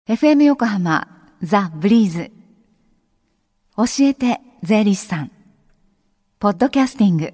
FM 横浜ザ・ブリーズ教えて税理士さんポッドキャスティング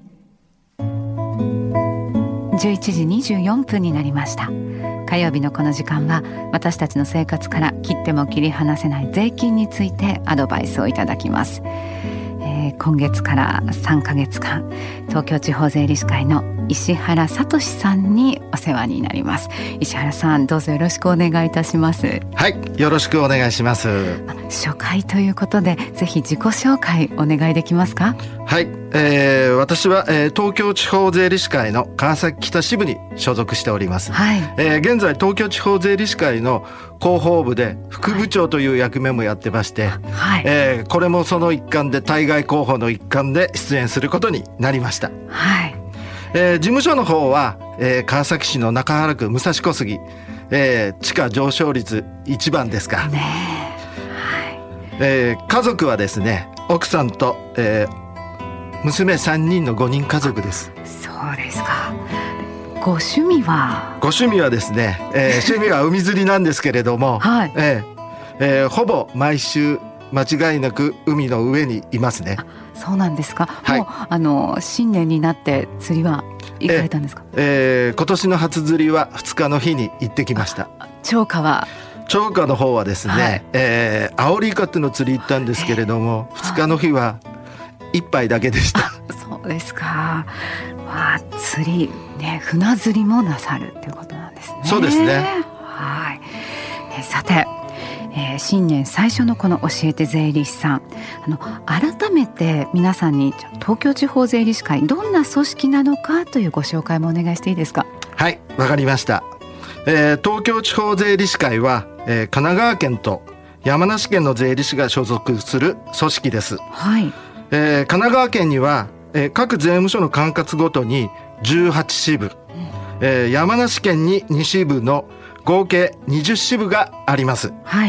11時24分になりました。火曜日のこの時間は私たちの生活から切っても切り離せない税金についてアドバイスをいただきます。今月から3ヶ月間東京地方税理士会の石原聡さんにお世話になります。石原さん、どうぞよろしくお願いいたします。 はい、よろしくお願いします。 初回ということでぜひ自己紹介お願いできますか？ はい、私は、東京地方税理士会の川崎北支部に所属しております。 はい。 現在東京地方税理士会の広報部で副部長という役目もやってまして、 はい。 これもその一環で対外広報の一環で出演することになりました。 はい。 事務所の方は、川崎市の中原区武蔵小杉、地価上昇率1番ですか、 ねえ。はい。 家族はですね、奥さんと、娘3人の5人家族です。 そうですか。ご趣味は？ ご趣味はですね、趣味は海釣りなんですけれども、 はい。 ほぼ毎週間違いなく海の上にいますね。 そうなんですか。 はい。 もう新年になって釣りは行かれたんですか？ 今年の初釣りは2日の日に行ってきました。 釣果は？ 釣果の方はですね、 はいアオリイカっていうのを釣り行ったんですけれども、2日の日は1杯だけでした。 そうですか。わあ、釣りね、船釣りもなさるっていうことなんですね。 そうですね。 はい。さて、新年最初のこの教えて税理士さん、改めて皆さんに東京地方税理士会どんな組織なのかというご紹介もお願いしていいですか？ はい、わかりました。東京地方税理士会は、神奈川県と山梨県の税理士が所属する組織です。 はい。 神奈川県には、各税務署の管轄ごとに18支部、山梨県に2支部の合計20支部があります。 はい。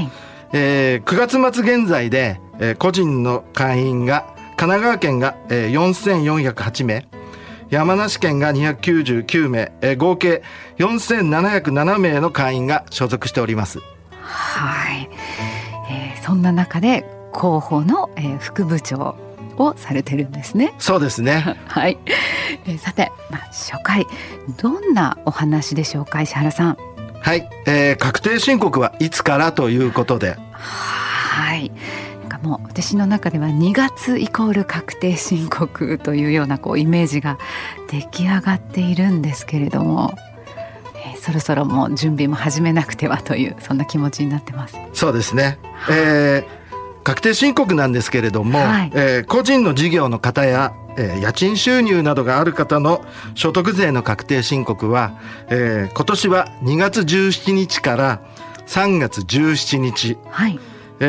9月末現在で、個人の会員が神奈川県が、4408名、山梨県が299名、合計4707名の会員が所属しております。 はい。そんな中で広報の、副部長をされてるんですね。 そうですね。 はい。さて、初回どんなお話でしょうか、石原さん。 はい、確定申告はいつからということで、 はい。なんかもう私の中では2月イコール確定申告というようなイメージが出来上がっているんですけれども、そろそろもう準備も始めなくてはというそんな気持ちになってます。 そうですね。確定申告なんですけれども、 はい。 個人の事業の方や、家賃収入などがある方の所得税の確定申告は、今年は2月17日から3月17日、 はい。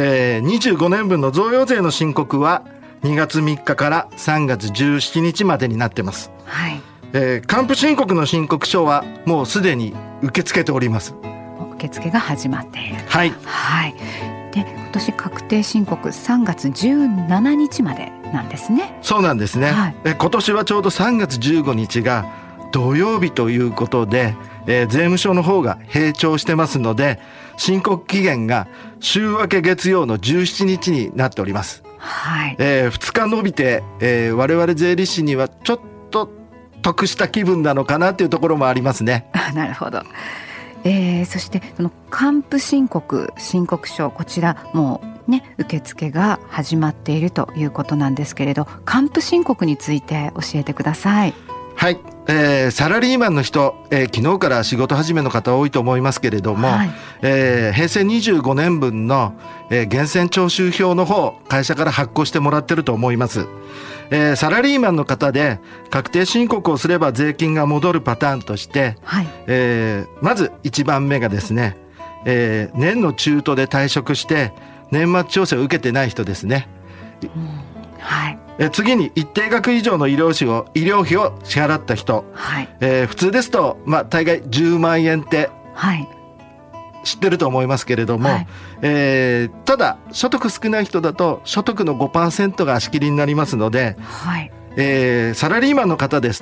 25年分の贈与税の申告は2月3日から3月17日までになってます。 はい。 還付申告の申告書はもうすでに受け付けております。 受付が始まっている。 はい。 はい。で、今年確定申告3月17日までなんですね。 そうなんですね。 はい。 今年はちょうど3月15日が土曜日ということで、税務署の方が閉庁してますので、申告期限が週明け月曜の17日になっております。 はい。 2日延びて、我々税理士にはちょっと得した気分なのかなというところもありますね。 なるほど。そしてその還付申告書、こちらもうね、受付が始まっているということなんですけれど、還付申告について教えてください。 はい、サラリーマンの人、昨日から仕事始めの方多いと思いますけれども、 はい。 平成25年分の、源泉徴収票の方、会社から発行してもらってると思います。サラリーマンの方で確定申告をすれば税金が戻るパターンとして、 はい。 まず1番目がですね、年の中途で退職して年末調整を受けてない人ですね。 はい。 次に一定額以上の医療費を支払った人、 はい。 普通ですと、大概10万円ってはい。 知ってると思いますけれども、 はい。 ただ所得少ない人だと所得の 5% が足切りになりますので、 はい。 サラリーマンの方ですと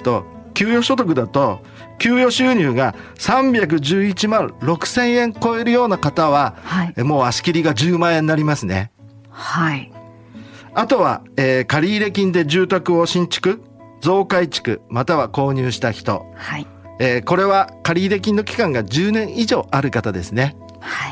給与所得だと給与収入が311万6000円超えるような方は、はい、もう足切りが10万円になりますね。 はい。 あとは、借入金で住宅を新築、増改築または購入した人、はい、これは借入金の期間が10年以上ある方ですね。はい。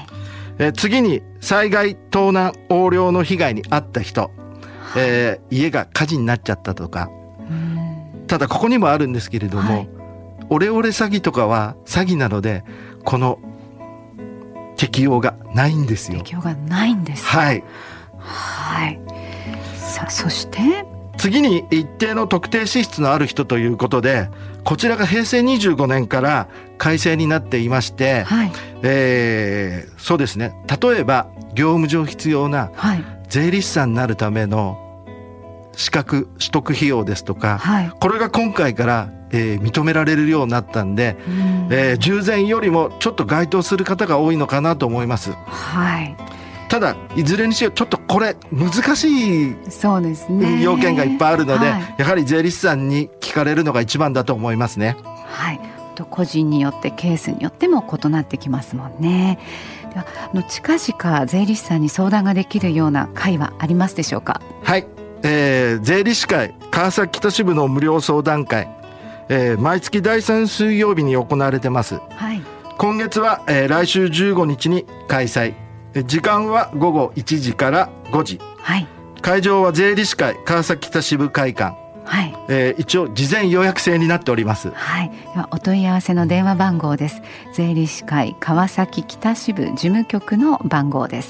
次に災害盗難横領の被害に遭った人、はい、家が火事になっちゃったとか、ただここにもあるんですけれども、はい、オレオレ詐欺とかは詐欺なのでこの適用がないんですよ。 適用がないんですか。 はい、 はい。さあ、そして次に一定の特定資質のある人ということで、こちらが平成25年から改正になっていまして、はい、そうですね、例えば業務上必要な税理士さんになるための資格取得費用ですとか、はい、これが今回から、認められるようになったんで、従前よりもちょっと該当する方が多いのかなと思います。 はい。 ただいずれにしろちょっとこれ難しい要件がいっぱいあるので、はい、やはり税理士さんに聞かれるのが一番だと思いますね。 はい。個人によってケースによっても異なってきますもんね。では近々税理士さんに相談ができるような会はありますでしょうか。 はい、税理士会川崎北支部の無料相談会、毎月第3水曜日に行われてます。はい、今月は、来週15日に開催。時間は午後1時から5時、はい、会場は税理士会川崎北支部会館、はい、一応事前予約制になっております。 はい、ではお問い合わせの電話番号です。税理士会川崎北支部事務局の番号です。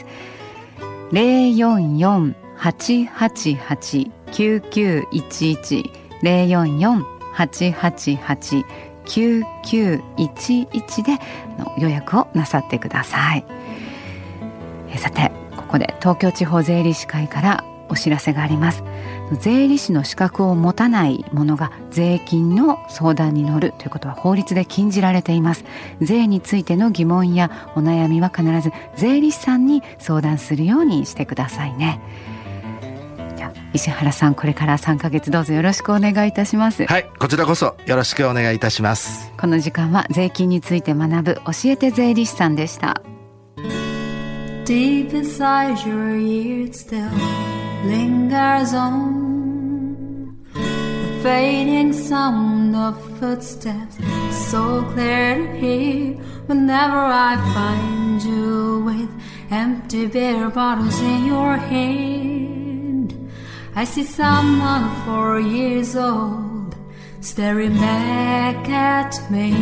044-888-9911 044-888-9911で予約をなさってください。さて、ここで東京地方税理士会からお知らせがあります。税理士の資格を持たない者が税金の相談に乗るということは法律で禁じられています。税についての疑問やお悩みは必ず税理士さんに相談するようにしてくださいね。じゃあ石原さん、これから3ヶ月どうぞよろしくお願いいたします。 はい、こちらこそよろしくお願いいたします。 この時間は税金について学ぶ教えて税理士さんでした。 Deep inside your ears still lingers on the fading sound of footsteps, so clear to hear whenever I find you with empty beer bottles in your hand. I see someone 4 years old staring back at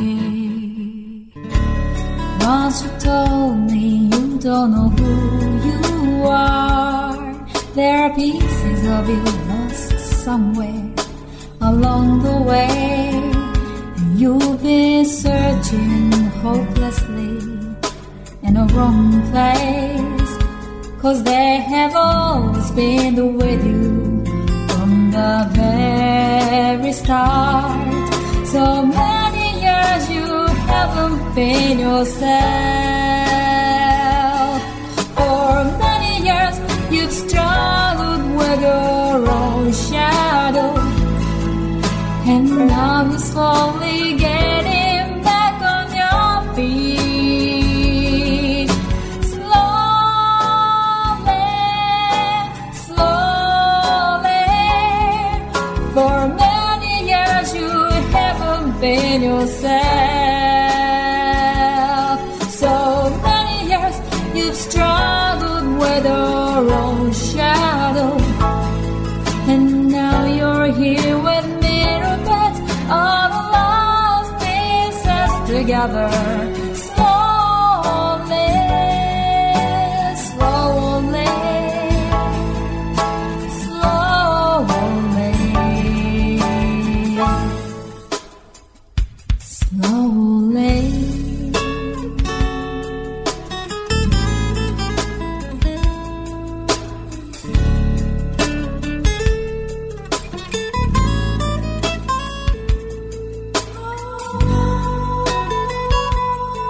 me.Once you told me you don't know who you are. There are pieces of you lost somewhere along the way, and you've been searching hopelessly in the wrong place, 'cause they have always been with you from the very start. So many years you haven't been yourself. For many years you've struggled with your own shadow, and now you're slowly getting back on your feet. Slowly, slowly. For many years you haven't been yourself.So many years you've struggled with your own shadow, and now you're here with mirror bits of lost pieces together. Slowly, slowly, slowly.Slowly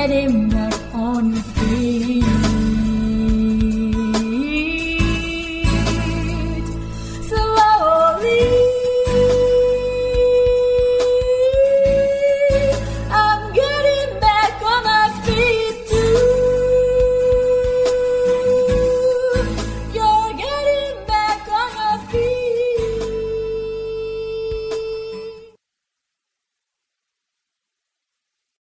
get him back on your